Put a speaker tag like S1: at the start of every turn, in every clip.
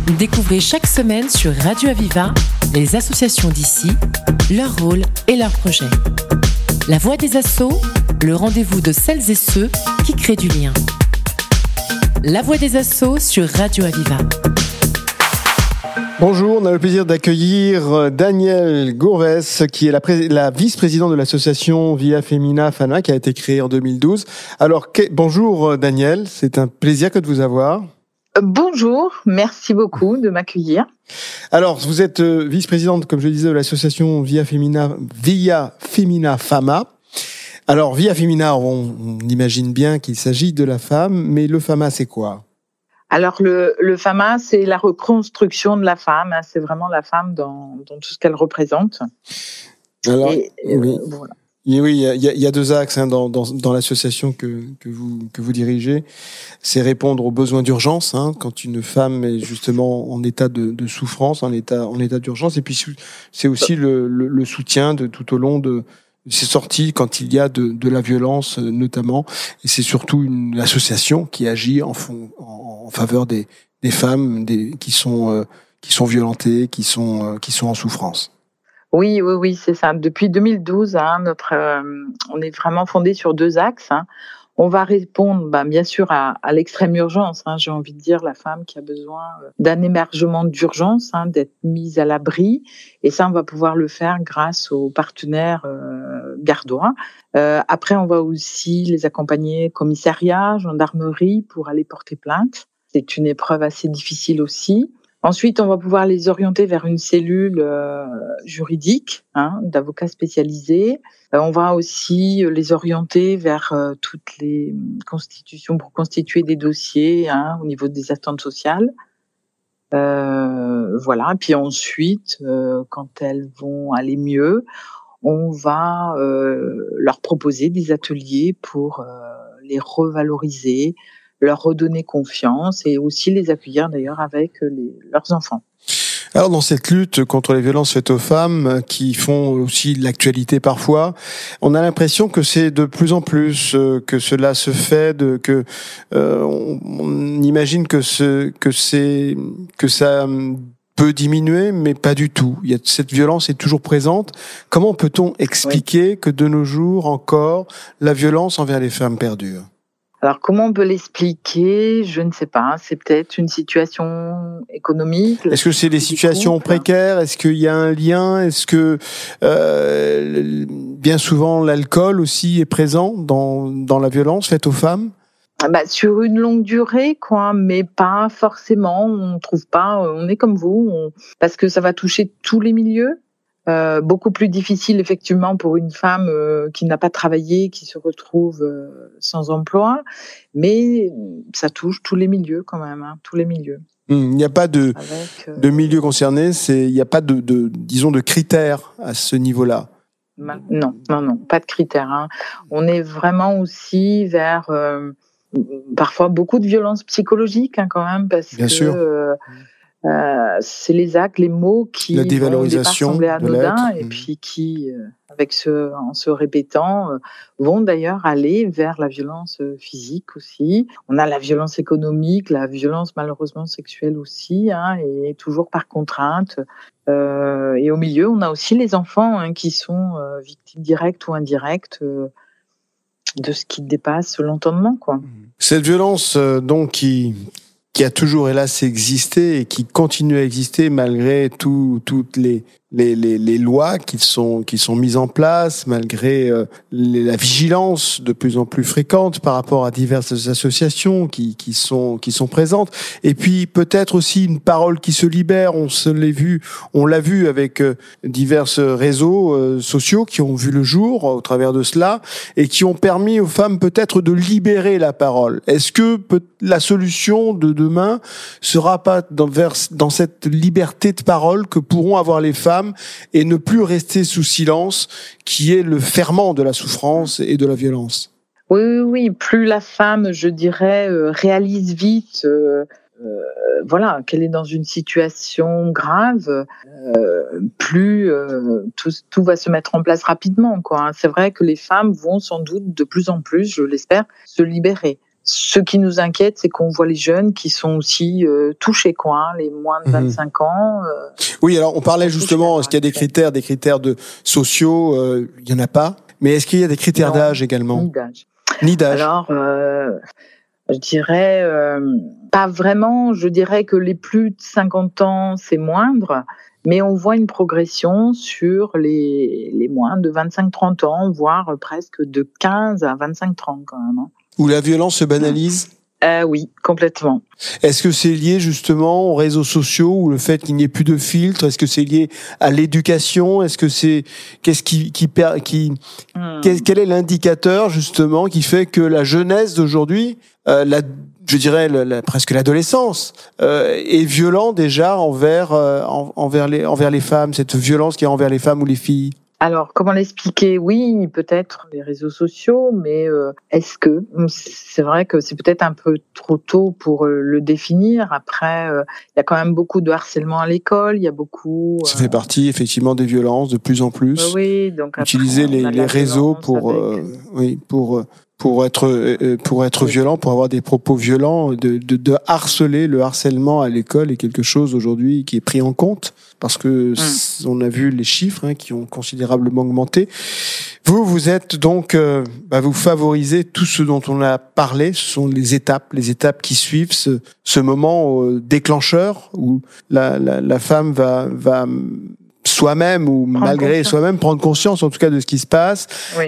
S1: Découvrez chaque semaine sur Radio Aviva les associations d'ici, leur rôle et leurs projets. La voix des assos, le rendez-vous de celles et ceux qui créent du lien. La voix des assos sur Radio Aviva.
S2: Bonjour, on a le plaisir d'accueillir Danielle Gourves, qui est la vice-présidente de l'association Via Femina Fama, qui a été créée en 2012. Alors, bonjour Danielle, c'est un plaisir que de vous avoir.
S3: Bonjour, merci beaucoup de m'accueillir.
S2: Alors, vous êtes vice-présidente, comme je disais, de l'association Via Femina Fama. Alors, Via Femina, on imagine bien qu'il s'agit de la femme, mais le Fama, c'est quoi ?
S3: Alors, le Fama, c'est la reconstruction de la femme. C'est vraiment la femme dans tout ce qu'elle représente.
S2: Alors,
S3: oui. Voilà.
S2: Oui, il y a deux axes dans l'association que vous dirigez. C'est répondre aux besoins d'urgence, quand une femme est justement en état de souffrance, en état d'urgence. Et puis, c'est aussi le soutien de tout au long de ces sorties quand il y a de la violence, notamment. Et c'est surtout une association qui agit en faveur des femmes qui sont violentées, qui sont en souffrance.
S3: Oui, c'est ça. Depuis 2012, on est vraiment fondé sur deux axes. On va répondre, bien sûr, à l'extrême urgence. J'ai envie de dire, la femme qui a besoin d'un hébergement d'urgence, d'être mise à l'abri. Et ça, on va pouvoir le faire grâce aux partenaires gardois. Après, on va aussi les accompagner commissariat, gendarmerie pour aller porter plainte. C'est une épreuve assez difficile aussi. Ensuite, on va pouvoir les orienter vers une cellule juridique, d'avocats spécialisés. On va aussi les orienter vers toutes les constitutions pour constituer des dossiers au niveau des attentes sociales. Voilà. Puis ensuite, quand elles vont aller mieux, on va leur proposer des ateliers pour les revaloriser, leur redonner confiance et aussi les accueillir d'ailleurs avec leurs enfants.
S2: Alors dans cette lutte contre les violences faites aux femmes qui font aussi l'actualité parfois, on a l'impression que c'est de plus en plus que cela se fait, on imagine que ça peut diminuer, mais pas du tout. Cette violence est toujours présente. Comment peut-on expliquer que de nos jours encore la violence envers les femmes perdure ?
S3: Alors, comment on peut l'expliquer ? Je ne sais pas. C'est peut-être une situation économique.
S2: Est-ce que c'est des situations précaires ? Est-ce qu'il y a un lien ? Est-ce que bien souvent l'alcool aussi est présent dans la violence faite aux femmes ?
S3: Sur une longue durée, mais pas forcément. On trouve pas. On est comme vous, parce que ça va toucher tous les milieux. Beaucoup plus difficile effectivement pour une femme qui n'a pas travaillé, qui se retrouve sans emploi, mais ça touche tous les milieux quand même, tous les milieux.
S2: Il n'y a pas de milieu concerné, il n'y a pas de critères à ce niveau-là.
S3: Non, pas de critères. On est vraiment aussi vers parfois beaucoup de violences psychologiques quand même, parce
S2: Bien sûr.
S3: C'est les actes, les mots qui
S2: la dévalorisation
S3: vont sembler anodins et puis qui, en se répétant, vont d'ailleurs aller vers la violence physique aussi. On a la violence économique, la violence malheureusement sexuelle aussi, et toujours par contrainte. Et au milieu, on a aussi les enfants qui sont victimes directes ou indirectes de ce qui dépasse l'entendement,
S2: Cette violence donc qui a toujours hélas existé et qui continue à exister malgré toutes les lois qui sont mises en place, malgré la vigilance de plus en plus fréquente par rapport à diverses associations qui sont présentes, et puis peut-être aussi une parole qui se libère. On l'a vu avec divers réseaux sociaux qui ont vu le jour au travers de cela et qui ont permis aux femmes peut-être de libérer la parole. Est-ce que la solution de demain sera pas dans cette liberté de parole que pourront avoir les femmes et ne plus rester sous silence, qui est le ferment de la souffrance et de la violence?
S3: Oui. Plus la femme, je dirais, réalise vite qu'elle est dans une situation grave, plus tout va se mettre en place rapidement. C'est vrai que les femmes vont sans doute de plus en plus, je l'espère, se Ce qui nous inquiète, c'est qu'on voit les jeunes qui sont aussi touchés, les moins de 25 ans.
S2: Oui, alors on parlait justement, est-ce qu'il y a des critères sociaux, il y en a pas, mais est-ce qu'il y a des critères d'âge également? Ni d'âge.
S3: Alors, je dirais pas vraiment. Je dirais que les plus de 50 ans, c'est moindre. Mais on voit une progression sur les moins de 25-30 ans, voire presque de 15 à 25-30 quand même.
S2: Où la violence se banalise?
S3: Oui, complètement.
S2: Est-ce que c'est lié justement aux réseaux sociaux ou le fait qu'il n'y ait plus de filtres? Est-ce que c'est lié à l'éducation? Est-ce que c'est quel est l'indicateur justement qui fait que la jeunesse d'aujourd'hui, je dirais presque l'adolescence, est violent déjà envers les femmes, cette violence qui est envers les femmes ou les filles?
S3: Alors, comment l'expliquer? Oui, peut-être les réseaux sociaux, mais est-ce que c'est vrai que c'est peut-être un peu trop tôt pour le définir. Après, il y a quand même beaucoup de harcèlement à l'école, il y a beaucoup.
S2: Ça fait partie effectivement des violences de plus en plus.
S3: Oui, donc
S2: utiliser les réseaux pour être violent, pour avoir des propos violents, de harceler. Le harcèlement à l'école est quelque chose aujourd'hui qui est pris en compte parce que on a vu les chiffres qui ont considérablement augmenté. Vous êtes donc, vous favorisez tout ce dont on a parlé. Ce sont les étapes qui suivent ce moment déclencheur où la femme va soi-même ou malgré soi-même prendre conscience en tout cas de ce qui se passe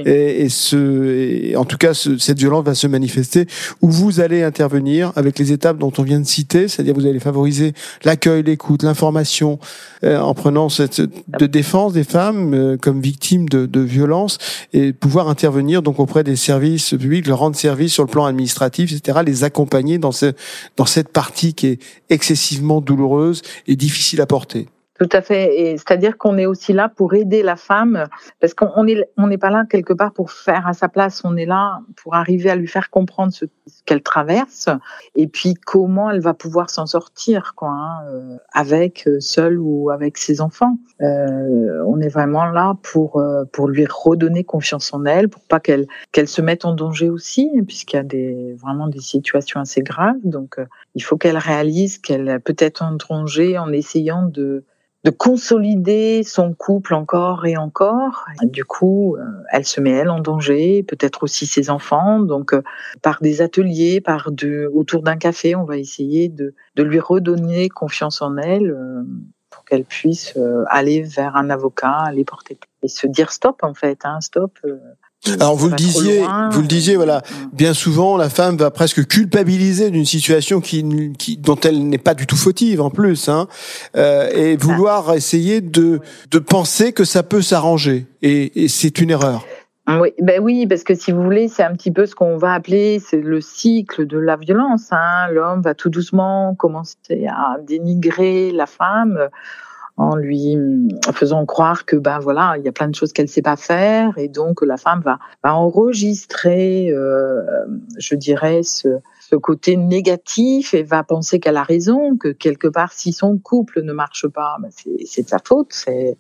S2: et en tout cas cette violence va se manifester où vous allez intervenir avec les étapes dont on vient de citer, c'est-à-dire vous allez favoriser l'accueil, l'écoute, l'information en prenant de défense des femmes comme victimes de violences et pouvoir intervenir donc auprès des services publics, leur rendre service sur le plan administratif, etc., les accompagner dans cette partie qui est excessivement douloureuse et difficile à porter.
S3: Tout à fait, et c'est-à-dire qu'on est aussi là pour aider la femme, parce qu'on n'est pas là quelque part pour faire à sa place, on est là pour arriver à lui faire comprendre ce qu'elle traverse, et puis comment elle va pouvoir s'en sortir, avec seule ou avec ses enfants. On est vraiment là pour lui redonner confiance en elle, pour pas qu'elle se mette en danger aussi, puisqu'il y a vraiment des situations assez graves, donc il faut qu'elle réalise qu'elle peut être en danger en essayant de consolider son couple encore et encore. Du coup, elle se met elle en danger, peut-être aussi ses enfants. Donc, par des ateliers, autour d'un café, on va essayer de lui redonner confiance en elle pour qu'elle puisse aller vers un avocat, aller porter plainte et se dire stop en fait, stop.
S2: Alors vous le disiez, voilà. Bien souvent, la femme va presque culpabiliser d'une situation dont elle n'est pas du tout fautive en plus, et vouloir essayer de penser que ça peut s'arranger. Et c'est une erreur.
S3: Oui, parce que si vous voulez, c'est un petit peu ce qu'on va appeler, c'est le cycle de la violence. L'homme va tout doucement commencer à dénigrer la femme en lui faisant croire que il y a plein de choses qu'elle sait pas faire, et donc la femme va enregistrer, je dirais, ce côté négatif et va penser qu'elle a raison, que quelque part si son couple ne marche pas, c'est de sa faute.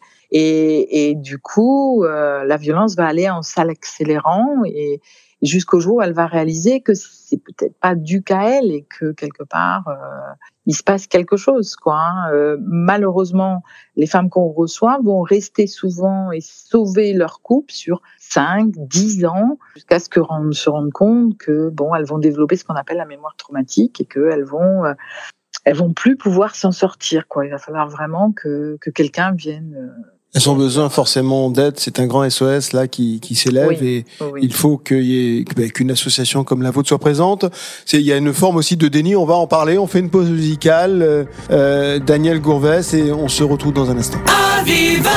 S3: Et du coup, la violence va aller en s'accélérant et jusqu'au jour où elle va réaliser que c'est peut-être pas dû qu'à elle et que quelque part il se passe quelque chose, Malheureusement, les femmes qu'on reçoit vont rester souvent et sauver leur couple sur 5, 10 ans jusqu'à ce qu'on se rende compte que elles vont développer ce qu'on appelle la mémoire traumatique et qu'elles vont plus pouvoir s'en sortir, Il va falloir vraiment que quelqu'un vienne.
S2: Elles ont besoin forcément d'aide. C'est un grand SOS là qui s'élève et il faut qu'une association comme la vôtre soit présente. Il y a une forme aussi de déni. On va en parler. On fait une pause musicale. Daniel Gourves et on se retrouve dans un instant. Aviva!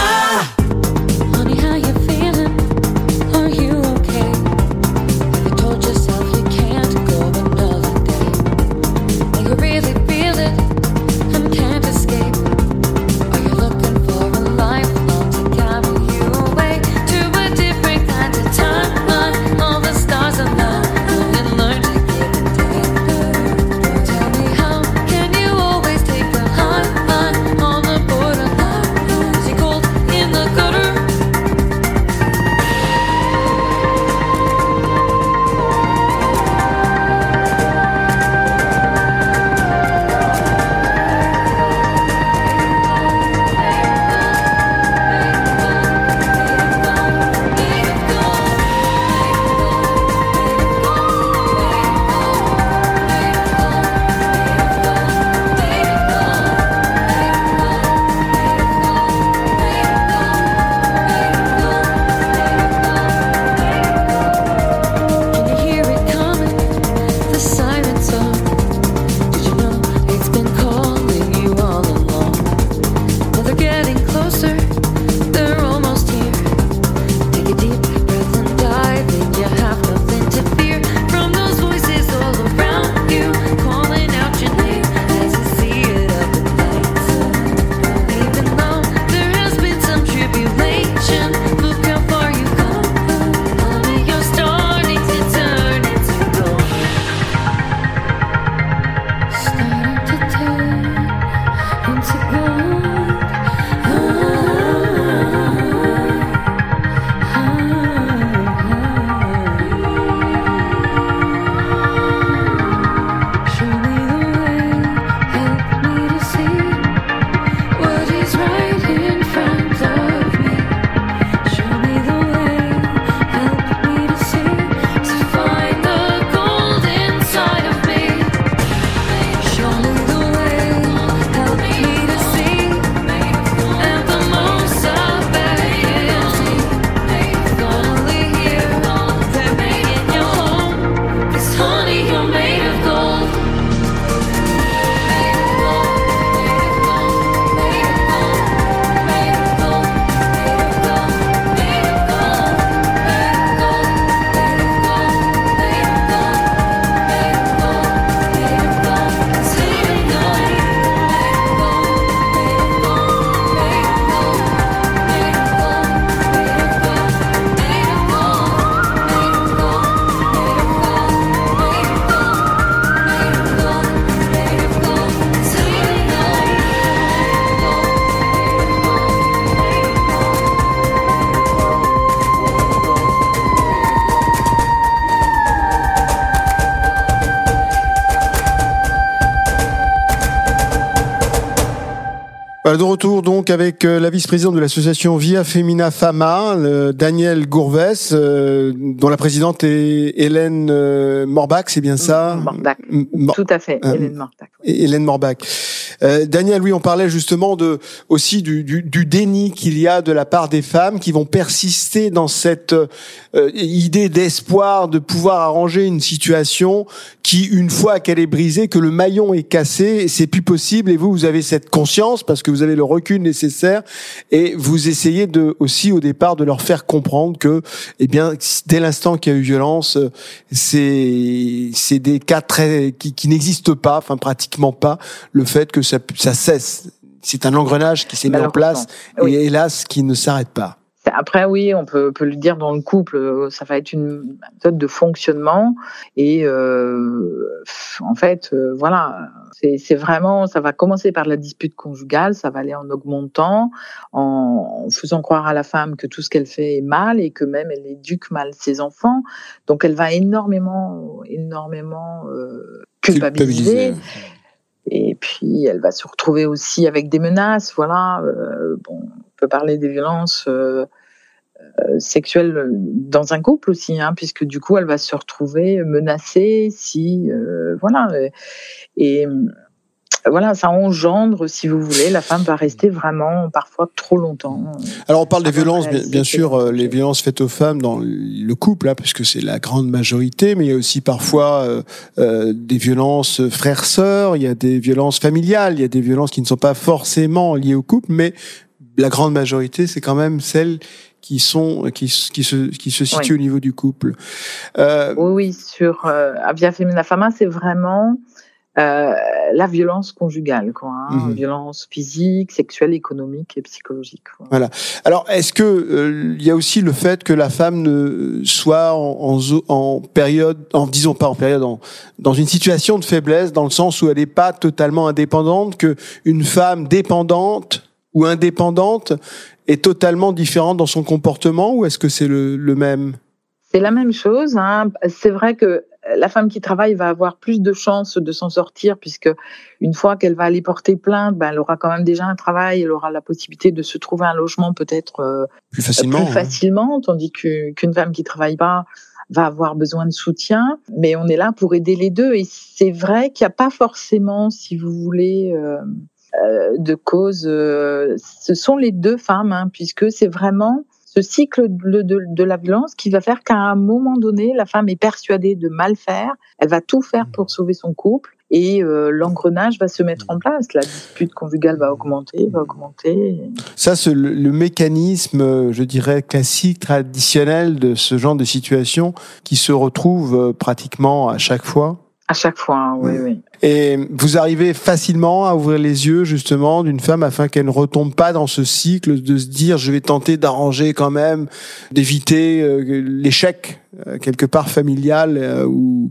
S4: In the
S2: Voilà, de retour donc avec la vice-présidente de l'association Via Femina Fama, Danielle Gourvès, dont la présidente est Hélène Morbach, c'est bien ça?
S3: Morbach. Tout à fait, Hélène Morbach.
S2: Hélène Morbach. Daniel, oui, on parlait justement aussi du déni qu'il y a de la part des femmes qui vont persister dans cette idée d'espoir de pouvoir arranger une situation qui, une fois qu'elle est brisée, que le maillon est cassé, c'est plus possible. Et vous avez cette conscience parce que vous avez le recul nécessaire et vous essayez aussi au départ de leur faire comprendre que, eh bien, dès l'instant qu'il y a eu violence, c'est des cas qui n'existent pas, enfin pratiquement pas. Le fait que ça cesse, c'est un engrenage qui s'est mis en place et hélas qui ne s'arrête pas.
S3: Après, oui, on peut le dire dans le couple, ça va être une méthode de fonctionnement et en fait, voilà, c'est vraiment, ça va commencer par la dispute conjugale, ça va aller en augmentant, en faisant croire à la femme que tout ce qu'elle fait est mal et que même elle éduque mal ses enfants, donc elle va énormément culpabiliser. Et puis, elle va se retrouver aussi avec des menaces, voilà. On peut parler des violences sexuelles dans un couple aussi, puisque du coup, elle va se retrouver menacée si, voilà. Et voilà, ça engendre, si vous voulez, la femme va rester vraiment parfois trop longtemps.
S2: Alors on parle des violences, bien sûr, les violences faites aux femmes dans le couple, puisque c'est la grande majorité, mais il y a aussi parfois des violences frères-sœurs, il y a des violences familiales, il y a des violences qui ne sont pas forcément liées au couple, mais la grande majorité, c'est quand même celles qui se situent au niveau du couple.
S3: Oui, sur Via Femina Fama, c'est vraiment la violence conjugale, violence physique, sexuelle, économique et psychologique.
S2: Voilà. Alors, est-ce que il y a aussi le fait que la femme ne soit dans une situation de faiblesse, dans le sens où elle n'est pas totalement indépendante, que une femme dépendante ou indépendante est totalement différente dans son comportement, ou est-ce que c'est le même?
S3: C'est la même chose. C'est vrai que la femme qui travaille va avoir plus de chances de s'en sortir, puisque une fois qu'elle va aller porter plainte, elle aura quand même déjà un travail, elle aura la possibilité de se trouver un logement peut-être plus facilement, tandis qu'une femme qui travaille pas va avoir besoin de soutien. Mais on est là pour aider les deux, et c'est vrai qu'il n'y a pas forcément, si vous voulez, de cause. Ce sont les deux femmes, puisque c'est vraiment ce cycle de la violence qui va faire qu'à un moment donné, la femme est persuadée de mal faire, elle va tout faire pour sauver son couple, et l'engrenage va se mettre en place, la dispute conjugale va augmenter.
S2: Ça, c'est le mécanisme, je dirais, classique, traditionnel de ce genre de situation qui se retrouve pratiquement à chaque fois.
S3: À chaque fois, oui.
S2: Et vous arrivez facilement à ouvrir les yeux, justement, d'une femme afin qu'elle ne retombe pas dans ce cycle de se dire, je vais tenter d'arranger quand même, d'éviter l'échec, quelque part familial ou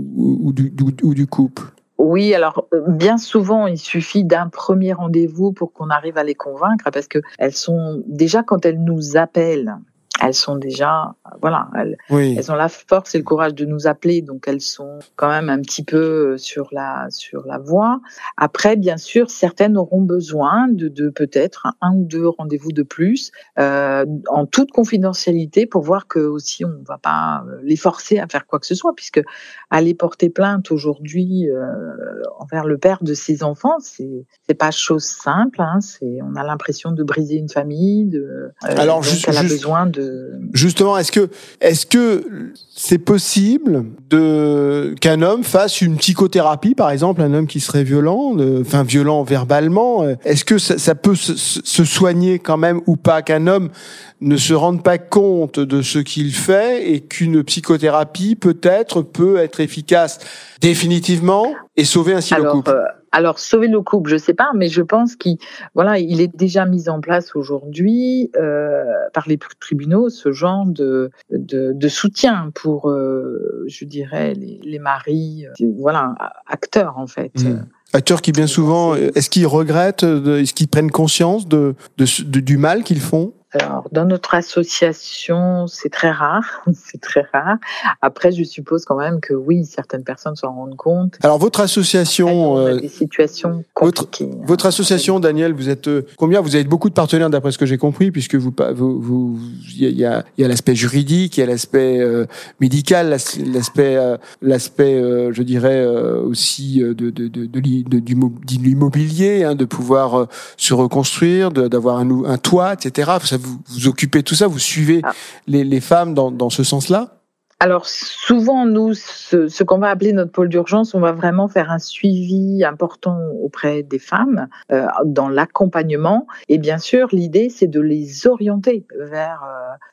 S2: du couple.
S3: Oui, alors bien souvent, il suffit d'un premier rendez-vous pour qu'on arrive à les convaincre, parce que elles sont déjà, quand elles nous appellent, elles sont déjà, elles ont la force et le courage de nous appeler, donc elles sont quand même un petit peu sur la voie. Après, bien sûr, certaines auront besoin de peut-être un ou deux rendez-vous de plus, en toute confidentialité, pour voir que aussi on va pas les forcer à faire quoi que ce soit, puisque aller porter plainte aujourd'hui envers le père de ses enfants, c'est pas chose simple. On a l'impression de briser une famille. Alors, elle a besoin de.
S2: Justement, est-ce que c'est possible qu'un homme fasse une psychothérapie, par exemple, un homme qui serait violent verbalement, est-ce que ça peut se soigner quand même ou pas, qu'un homme ne se rende pas compte de ce qu'il fait et qu'une psychothérapie peut être efficace définitivement et sauver ainsi le couple?
S3: Alors, sauver le couple, je sais pas, mais je pense qu'il est déjà mis en place aujourd'hui par les tribunaux, ce genre de soutien pour, je dirais, les maris, acteurs en fait.
S2: Acteurs qui bien souvent, est-ce qu'ils regrettent, est-ce qu'ils prennent conscience du mal qu'ils font?
S3: Alors, dans notre association, c'est très rare. C'est très rare. Après, je suppose quand même que oui, certaines personnes s'en rendent compte.
S2: Alors, votre association...
S3: on a des situations compliquées.
S2: Votre association, Daniel, vous êtes combien? Vous avez beaucoup de partenaires, d'après ce que j'ai compris, puisque il y a l'aspect juridique, il y a l'aspect médical, l'aspect, je dirais aussi de l'immobilier, hein, de pouvoir se reconstruire, d'avoir un toit, etc. Vous occupez tout ça, vous suivez les femmes dans ce sens-là?
S3: Alors souvent, nous, ce qu'on va appeler notre pôle d'urgence, on va vraiment faire un suivi important auprès des femmes dans l'accompagnement. Et bien sûr, l'idée, c'est de les orienter vers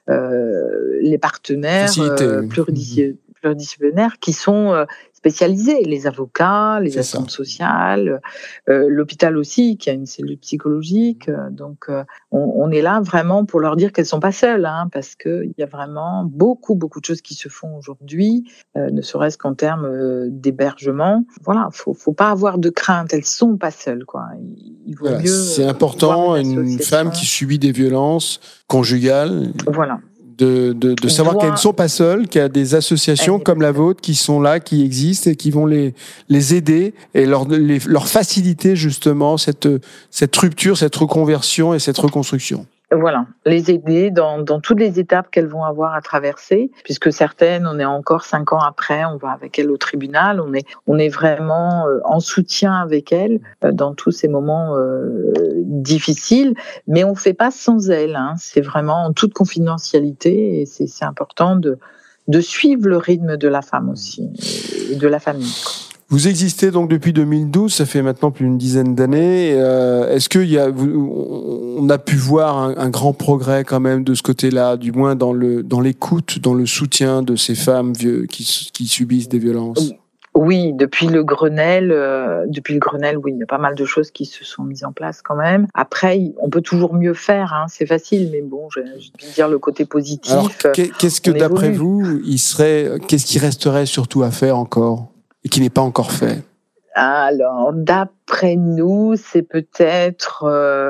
S3: les partenaires pluridisciplinaires qui sont spécialisés, les avocats, les assistantes sociales, l'hôpital aussi qui a une cellule psychologique. Donc on est là vraiment pour leur dire qu'elles sont pas seules, hein, parce que il y a vraiment beaucoup de choses qui se font aujourd'hui, ne serait-ce qu'en termes d'hébergement. Voilà, faut pas avoir de crainte, elles sont pas seules, quoi. Il vaut mieux.
S2: C'est important, une femme qui subit des violences conjugales.
S3: Voilà.
S2: De savoir qu'elles ne sont pas seules, qu'il y a des associations comme la vôtre qui sont là, qui existent et qui vont les aider et leur faciliter justement cette rupture, cette reconversion et cette reconstruction.
S3: Voilà, les aider dans toutes les étapes qu'elles vont avoir à traverser, puisque certaines, on est encore 5 ans après, on va avec elles au tribunal, on est vraiment en soutien avec elles dans tous ces moments difficiles, mais on fait pas sans elles, hein. C'est vraiment en toute confidentialité et c'est important de suivre le rythme de la femme aussi et de la famille, quoi.
S2: Vous existez donc depuis 2012, ça fait maintenant plus d'une dizaine d'années. Est-ce on a pu voir un grand progrès quand même de ce côté-là, du moins dans l'écoute, dans le soutien de ces femmes qui subissent des violences?
S3: Oui, depuis le Grenelle, oui, il y a pas mal de choses qui se sont mises en place quand même. Après, on peut toujours mieux faire, hein, c'est facile, mais bon, je vais dire le côté positif.
S2: Alors, qu'est-ce que d'après vous, qu'est-ce qui resterait surtout à faire encore et qui n'est pas encore fait?
S3: Alors, d'après nous, c'est peut-être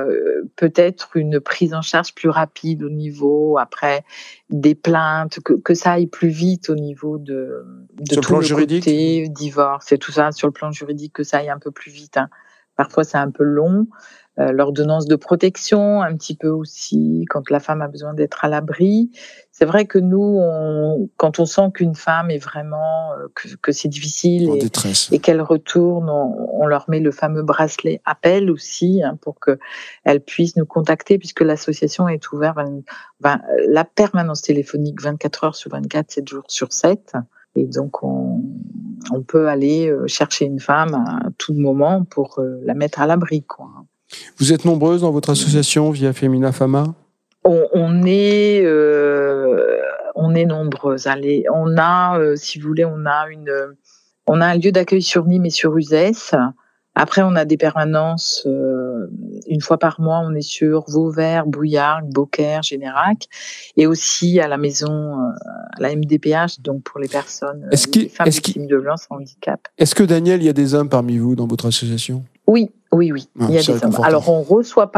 S3: une prise en charge plus rapide au niveau, après, des plaintes, que ça aille plus vite au niveau de
S2: sur
S3: tout
S2: le plan
S3: le
S2: juridique,
S3: côté divorce et tout ça, sur le plan juridique, que ça aille un peu plus vite, hein. Parfois, c'est un peu long. L'ordonnance de protection, un petit peu aussi, quand la femme a besoin d'être à l'abri. C'est vrai que nous, quand on sent qu'une femme est vraiment, que c'est difficile et qu'elle retourne, on leur met le fameux bracelet appel aussi, hein, pour que elles puissent nous contacter, puisque l'association est ouverte, la permanence téléphonique 24 heures sur 24, 7 jours sur 7. Et donc, on peut aller chercher une femme à tout moment pour la mettre à l'abri, quoi.
S2: Vous êtes nombreuses dans votre association via Femina Fama?
S3: On est nombreuses. Allez, on a, si vous voulez, on a un lieu d'accueil sur Nîmes et sur Uzès. Après, on a des permanences, une fois par mois, on est sur Vauvert, Bouillargues, Beaucaire, Générac, et aussi à la maison, à la MDPH, donc pour les personnes, les femmes victimes de violences et handicap.
S2: Est-ce que, Daniel, il y a des hommes parmi vous dans votre association?
S3: Oui. Il y a des hommes. Alors, on reçoit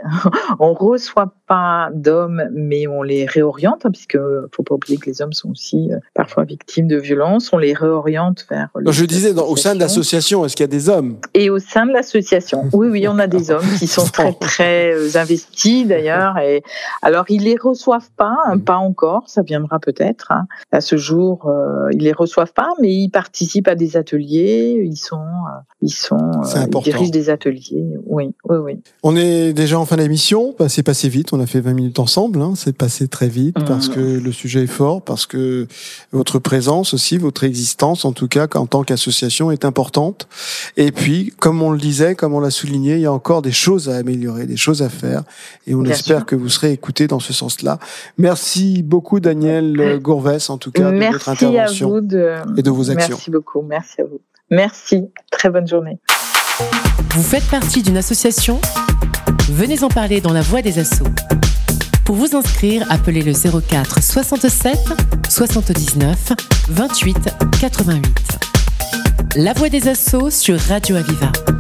S3: pas d'hommes, mais on les réoriente, hein, puisque faut pas oublier que les hommes sont aussi parfois victimes de violences. On les réoriente vers.
S2: Je disais, au sein de l'association, est-ce qu'il y a des hommes? Et
S3: au sein de l'association, oui, on a des hommes qui sont très, très investis d'ailleurs. Et alors, ils les reçoivent pas, hein, pas encore. Ça viendra peut-être. Hein. À ce jour, ils les reçoivent pas, mais ils participent à des ateliers. Ils dirigent des ateliers. Oui.
S2: On est déjà en fin d'émission. C'est passé vite. On a fait 20 minutes ensemble. Hein. C'est passé très vite parce que le sujet est fort, parce que votre présence aussi, votre existence, en tout cas, en tant qu'association, est importante. Et puis, comme on le disait, comme on l'a souligné, il y a encore des choses à améliorer, des choses à faire. Et on espère que vous serez écoutés dans ce sens-là. Merci beaucoup, Daniel Gourves, en tout cas, de votre intervention et de vos actions.
S3: Merci beaucoup. Merci à vous. Merci. Très bonne journée.
S1: Vous faites partie d'une association? Venez en parler dans la Voix des Assos. Pour vous inscrire, appelez le 04 67 79 28 88. La Voix des Assos sur Radio Aviva.